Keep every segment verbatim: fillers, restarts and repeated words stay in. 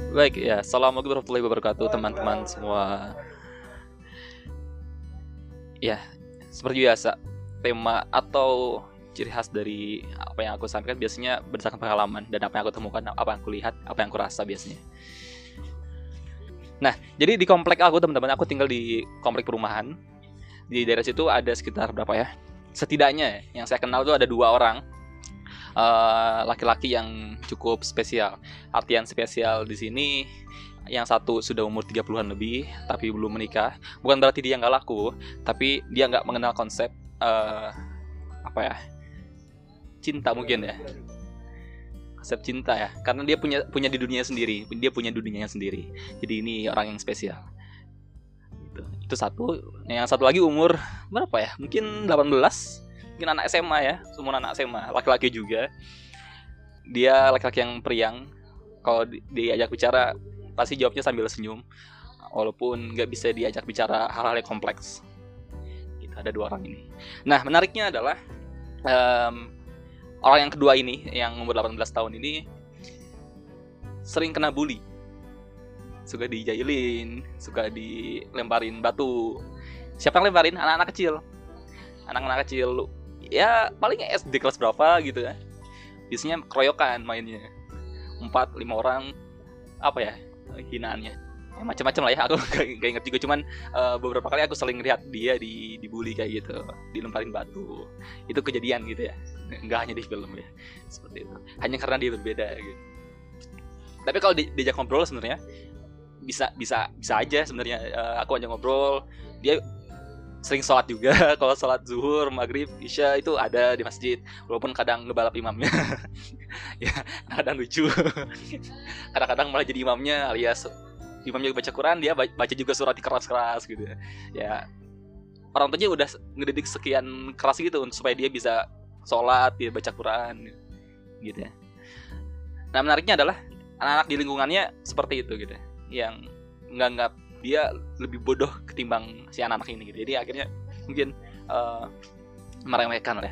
Baik ya, assalamualaikum warahmatullahi wabarakatuh teman-teman semua. Ya, seperti biasa, tema atau ciri khas dari apa yang aku sampaikan biasanya berdasarkan pengalaman dan apa yang aku temukan, apa yang aku lihat, apa yang aku rasa biasanya. Nah, jadi di komplek aku teman-teman, aku tinggal di komplek perumahan. Di daerah situ ada sekitar berapa ya? Setidaknya yang saya kenal tuh ada dua orang uh, laki-laki yang cukup spesial. Artian spesial di sini, yang satu sudah umur tiga puluhan lebih tapi belum menikah. Bukan berarti dia nggak laku, tapi dia nggak mengenal konsep uh, apa ya, cinta mungkin ya, konsep cinta ya, karena dia punya punya di dunia sendiri, dia punya dunianya sendiri. Jadi ini orang yang spesial. Itu, itu satu. Yang satu lagi umur berapa ya? Mungkin delapan belas, mungkin anak S M A ya, semua anak S M A, laki-laki juga. Dia laki-laki yang periang. Kalau di, diajak bicara pasti jawabnya sambil senyum, walaupun nggak bisa diajak bicara hal-hal yang kompleks. Gitu, ada dua orang ini. Nah, menariknya adalah um, orang yang kedua ini, yang umur delapan belas tahun ini, sering kena bully. Suka dijailin, suka dilemparin batu. Siapa yang lemparin? Anak-anak kecil. Anak-anak kecil, ya paling S D kelas berapa gitu ya. Biasanya keroyokan mainnya, empat lima orang, apa ya, hinaannya ya, macam-macam lah ya. Aku gak inget juga, cuman uh, beberapa kali aku sering lihat dia di dibully kayak gitu, dilemparin batu. Itu kejadian gitu ya, nggak hanya di film ya, seperti itu. Hanya karena dia berbeda gitu. Tapi kalau di, diajak ngobrol sebenarnya bisa bisa bisa aja sebenarnya. Uh, aku ajak ngobrol, dia sering sholat juga. Kalau sholat zuhur, maghrib, isya itu ada di masjid, walaupun kadang ngebalap imamnya. Ya, kadang lucu. Kadang-kadang malah jadi imamnya, alias imamnya baca Quran, dia baca juga surat keras-keras gitu. Ya, orang tuanya udah ngedidik sekian keras gitu supaya dia bisa sholat, dia baca Quran gitu ya. Nah, menariknya adalah anak-anak di lingkungannya seperti itu gitu, yang nganggap dia lebih bodoh ketimbang si anak-anak ini gitu. Jadi akhirnya mungkin uh, meremehkan lah ya.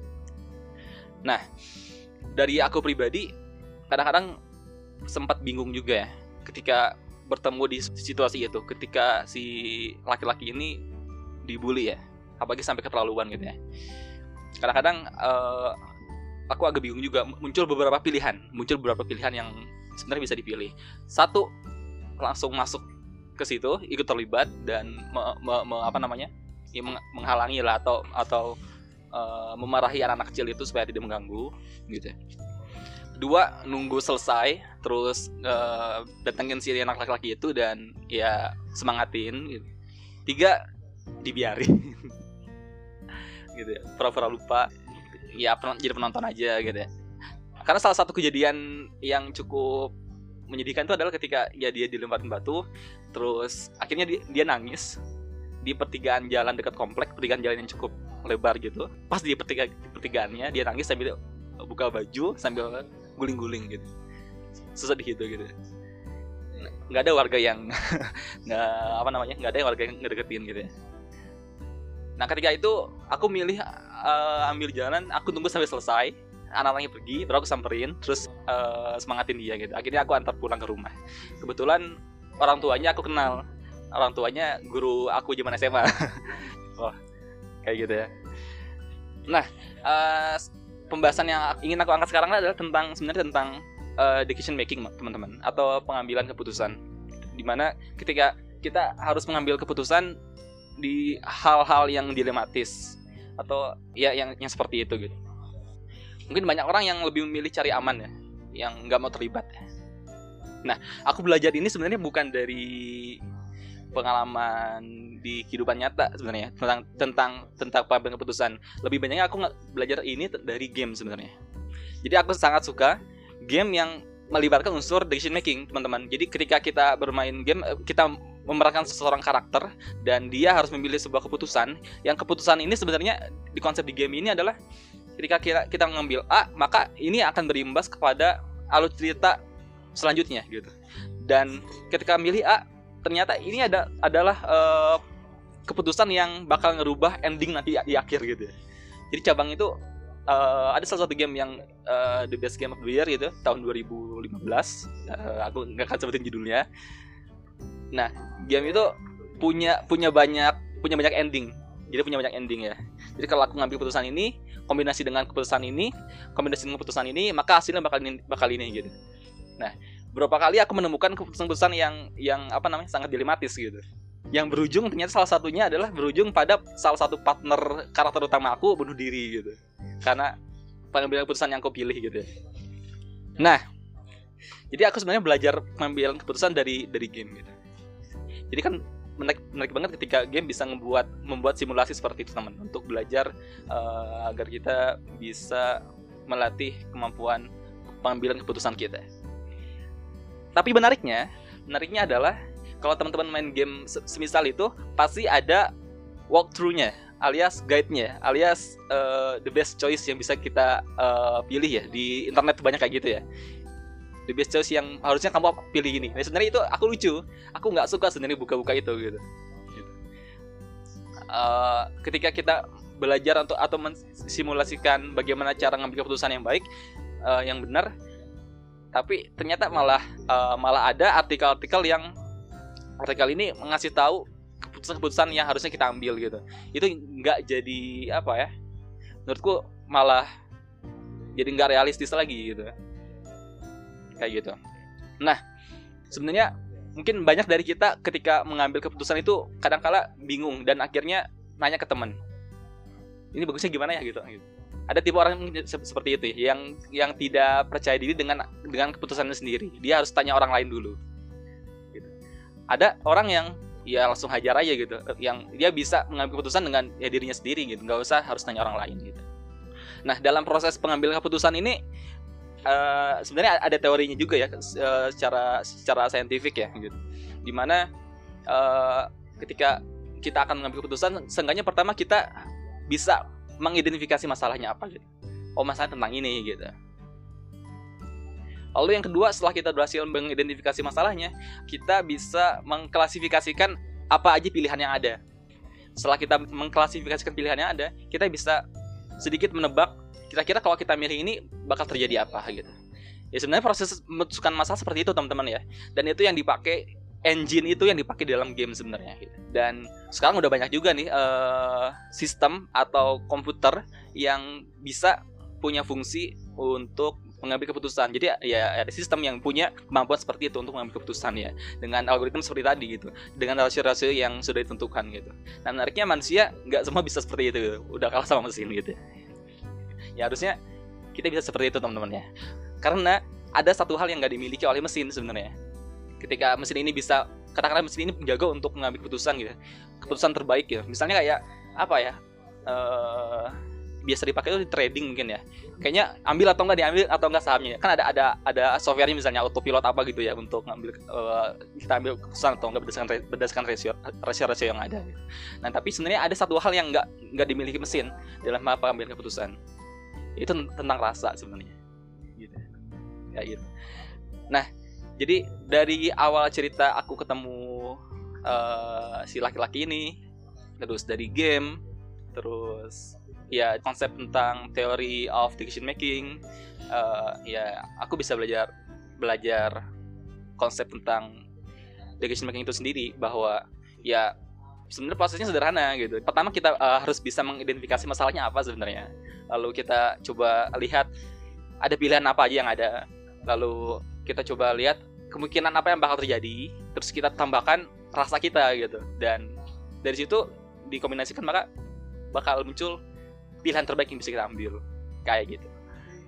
Nah, dari aku pribadi kadang-kadang sempat bingung juga ya ketika bertemu di situasi itu, ketika si laki-laki ini dibully ya, apalagi sampai keterlaluan gitu ya. Kadang-kadang uh, aku agak bingung juga. Muncul beberapa pilihan, muncul beberapa pilihan yang sebenarnya bisa dipilih. Satu, langsung masuk ke situ, ikut terlibat dan me, me, me, apa namanya, ya, menghalangi lah atau atau uh, memarahi anak-anak kecil itu supaya tidak mengganggu gitu ya. Dua, nunggu selesai terus uh, datengin si anak laki-laki itu dan ya semangatin gitu. Tiga, dibiarin gitu ya, pura-pura lupa, ya jadi penonton aja gitu ya. Karena salah satu kejadian yang cukup menyedihkan itu adalah ketika ya dia dilemparin batu, terus akhirnya dia, dia nangis di pertigaan jalan dekat komplek, pertigaan jalan yang cukup lebar gitu. Pas di pertiga, pertigaannya dia nangis sambil buka baju, sambil guling-guling gitu, sesedih itu gitu. Nggak ada warga yang nggak apa namanya, nggak ada warga yang ngedeketin gitu ya. Nah, ketika itu aku milih uh, ambil jalan, aku tunggu sampai selesai, anak-anaknya pergi, baru aku samperin, terus uh, semangatin dia gitu. Akhirnya aku antar pulang ke rumah. Kebetulan orang tuanya aku kenal, orang tuanya guru aku zaman S M A. Oh, kayak gitu ya. Nah, uh, pembahasan yang ingin aku angkat sekarang adalah tentang sebenarnya tentang uh, decision making teman-teman, atau pengambilan keputusan. Dimana ketika kita harus mengambil keputusan di hal-hal yang dilematis atau ya yang yang seperti itu gitu. Mungkin banyak orang yang lebih memilih cari aman ya, yang nggak mau terlibat ya. Nah, aku belajar ini sebenarnya bukan dari pengalaman di kehidupan nyata sebenarnya tentang tentang tentang pengambilan keputusan. Lebih banyaknya aku belajar ini dari game sebenarnya. Jadi aku sangat suka game yang melibatkan unsur decision making, teman-teman. Jadi ketika kita bermain game, kita memerankan seseorang karakter dan dia harus memilih sebuah keputusan. Yang keputusan ini sebenarnya di konsep di game ini adalah ketika kita, kita mengambil A, maka ini akan berimbas kepada alur cerita selanjutnya gitu. Dan ketika milih A, ternyata ini ada adalah uh, keputusan yang bakal ngerubah ending nanti di akhir gitu. Jadi cabang itu uh, ada salah satu game yang uh, the best game of the year gitu tahun dua ribu lima belas. Uh, aku nggak akan sebutin judulnya. Nah, game itu punya punya banyak punya banyak ending. Jadi punya banyak ending ya. Jadi kalau aku ngambil keputusan ini, kombinasi dengan keputusan ini, kombinasi dengan keputusan ini, maka hasilnya bakal ini, bakal ini gitu. Nah, beberapa kali aku menemukan keputusan-keputusan yang yang apa namanya sangat dilematis gitu. Yang berujung ternyata salah satunya adalah berujung pada salah satu partner karakter utama aku bunuh diri gitu. Karena pengambilan keputusan yang aku pilih gitu. Nah, jadi aku sebenarnya belajar mengambil keputusan dari dari game gitu. Jadi kan menarik, menarik banget ketika game bisa membuat membuat simulasi seperti itu teman, untuk belajar uh, agar kita bisa melatih kemampuan pengambilan keputusan kita. Tapi menariknya, menariknya adalah kalau teman-teman main game semisal itu pasti ada walkthrough-nya, alias guide-nya, alias uh, the best choice yang bisa kita uh, pilih ya. Di internet banyak kayak gitu ya. The best choice yang harusnya kamu pilih ini. Nah, sebenarnya itu aku lucu. Aku nggak suka sebenarnya buka-buka itu gitu. gitu. Uh, ketika kita belajar untuk atau mensimulasikan bagaimana cara ngambil keputusan yang baik, uh, yang benar, tapi ternyata malah uh, malah ada artikel-artikel yang artikel ini mengasih tahu keputusan-keputusan yang harusnya kita ambil gitu. Itu nggak jadi apa ya? Menurutku malah jadi nggak realistis lagi gitu. Kayak gitu. Nah, sebenarnya mungkin banyak dari kita ketika mengambil keputusan itu kadang-kala bingung dan akhirnya nanya ke teman. Ini bagusnya gimana ya gitu. Ada tipe orang seperti itu ya, yang yang tidak percaya diri dengan dengan keputusannya sendiri. Dia harus tanya orang lain dulu. Gitu. Ada orang yang ya langsung hajar aja gitu, yang dia bisa mengambil keputusan dengan ya dirinya sendiri gitu, nggak usah harus tanya orang lain gitu. Nah, dalam proses pengambilan keputusan ini Uh, sebenarnya ada teorinya juga ya, uh, secara secara saintifik ya gitu. Dimana uh, ketika kita akan mengambil keputusan, seenggaknya pertama kita bisa mengidentifikasi masalahnya apa gitu. Oh, masalah tentang ini gitu. Lalu yang kedua, setelah kita berhasil mengidentifikasi masalahnya, kita bisa mengklasifikasikan apa aja pilihan yang ada. Setelah kita mengklasifikasikan pilihan yang ada, kita bisa sedikit menebak kira-kira kalau kita milih ini bakal terjadi apa gitu. Ya sebenarnya proses memutuskan masalah seperti itu teman-teman ya. Dan itu yang dipakai, engine itu yang dipakai dalam game sebenarnya gitu. Dan sekarang udah banyak juga nih uh, sistem atau komputer yang bisa punya fungsi untuk mengambil keputusan. Jadi ya ada sistem yang punya kemampuan seperti itu untuk mengambil keputusan ya, dengan algoritma seperti tadi gitu, dengan rasio-rasio yang sudah ditentukan gitu. Nah, menariknya manusia nggak semua bisa seperti itu gitu. Udah kalah sama mesin gitu. Ya harusnya kita bisa seperti itu teman-teman ya. Karena ada satu hal yang nggak dimiliki oleh mesin sebenarnya. Ketika mesin ini bisa, katakanlah mesin ini menjaga untuk mengambil keputusan gitu, keputusan terbaik gitu. Misalnya kayak apa ya? Uh, biasa dipakai itu di trading mungkin ya. Kayaknya ambil atau nggak diambil atau nggak sahamnya. Kan ada ada ada softwarenya misalnya autopilot apa gitu ya untuk ngambil uh, kita ambil keputusan atau nggak berdasarkan berdasarkan rasio rasio-rasio yang ada. Gitu. Nah tapi sebenarnya ada satu hal yang nggak nggak dimiliki mesin dalam mengambil keputusan. Itu tentang rasa sebenarnya gitu. Kayak gitu. Nah, jadi dari awal cerita aku ketemu uh, si laki-laki ini, terus dari game, terus ya konsep tentang theory of decision making, uh, ya aku bisa belajar belajar konsep tentang decision making itu sendiri, bahwa ya sebenarnya prosesnya sederhana gitu. Pertama kita uh, harus bisa mengidentifikasi masalahnya apa sebenarnya. Lalu kita coba lihat ada pilihan apa aja yang ada. Lalu kita coba lihat kemungkinan apa yang bakal terjadi. Terus kita tambahkan rasa kita gitu. Dan dari situ dikombinasikan maka bakal muncul pilihan terbaik yang bisa kita ambil. Kayak gitu.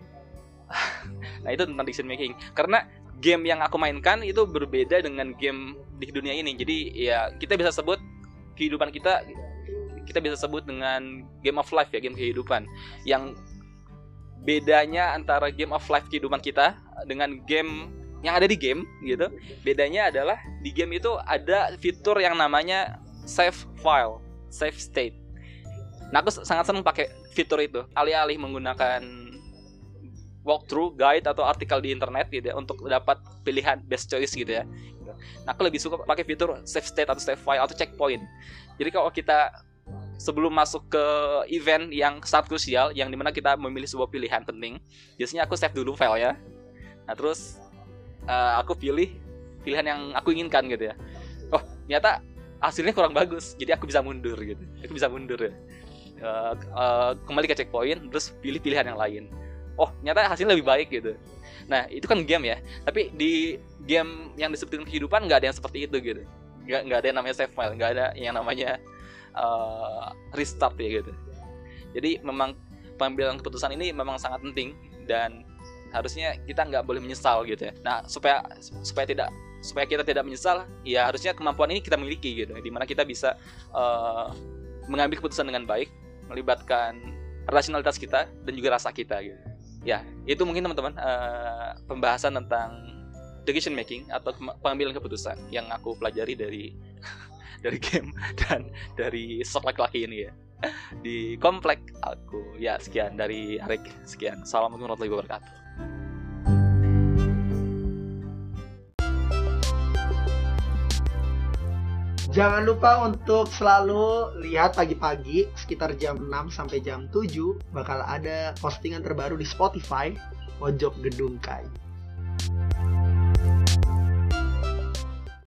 Nah itu tentang decision making. Karena game yang aku mainkan itu berbeda dengan game di dunia ini. Jadi ya kita bisa sebut kehidupan kita kita bisa sebut dengan game of life ya, game kehidupan. Yang bedanya antara game of life kehidupan kita dengan game yang ada di game gitu, bedanya adalah di game itu ada fitur yang namanya save file, save state. Nah aku sangat senang pakai fitur itu, alih-alih menggunakan walkthrough, guide atau artikel di internet gitu ya, untuk dapat pilihan best choice gitu ya. Nah aku lebih suka pakai fitur save state atau save file atau checkpoint. Jadi kalau kita sebelum masuk ke event yang sangat krusial, yang dimana kita memilih sebuah pilihan penting, biasanya aku save dulu filenya. Nah terus uh, aku pilih pilihan yang aku inginkan gitu ya. Oh ternyata hasilnya kurang bagus, jadi aku bisa mundur gitu. Aku bisa mundur ya. Uh, uh, kembali ke checkpoint, terus pilih pilihan yang lain. Oh ternyata hasilnya lebih baik gitu. Nah itu kan game ya. Tapi di game yang disebutkan kehidupan nggak ada yang seperti itu gitu. Nggak nggak ada yang namanya save file, nggak ada yang namanya uh, restart ya gitu. Jadi memang pengambilan keputusan ini memang sangat penting dan harusnya kita nggak boleh menyesal gitu ya. Nah supaya supaya tidak supaya kita tidak menyesal, ya harusnya kemampuan ini kita miliki gitu, dimana kita bisa uh, mengambil keputusan dengan baik, melibatkan rasionalitas kita dan juga rasa kita gitu. Ya itu mungkin teman-teman uh, pembahasan tentang decision making atau pengambilan keputusan yang aku pelajari dari dari game dan dari sosok laki-laki ini ya di komplek aku. Ya sekian dari Arik, sekian. Assalamualaikum warahmatullahi wabarakatuh. Jangan lupa untuk selalu lihat pagi-pagi sekitar jam enam sampai jam tujuh bakal ada postingan terbaru di Spotify Pojok Gedung Kai.